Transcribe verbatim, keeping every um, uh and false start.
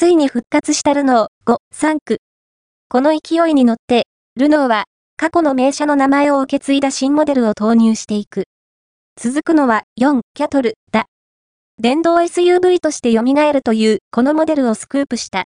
ついに復活したルノーご、さん区。この勢いに乗って、ルノーは、過去の名車の名前を受け継いだ新モデルを投入していく。続くのは、よん、キャトル、だ。電動 エスユーブイ として蘇るという、このモデルをスクープした。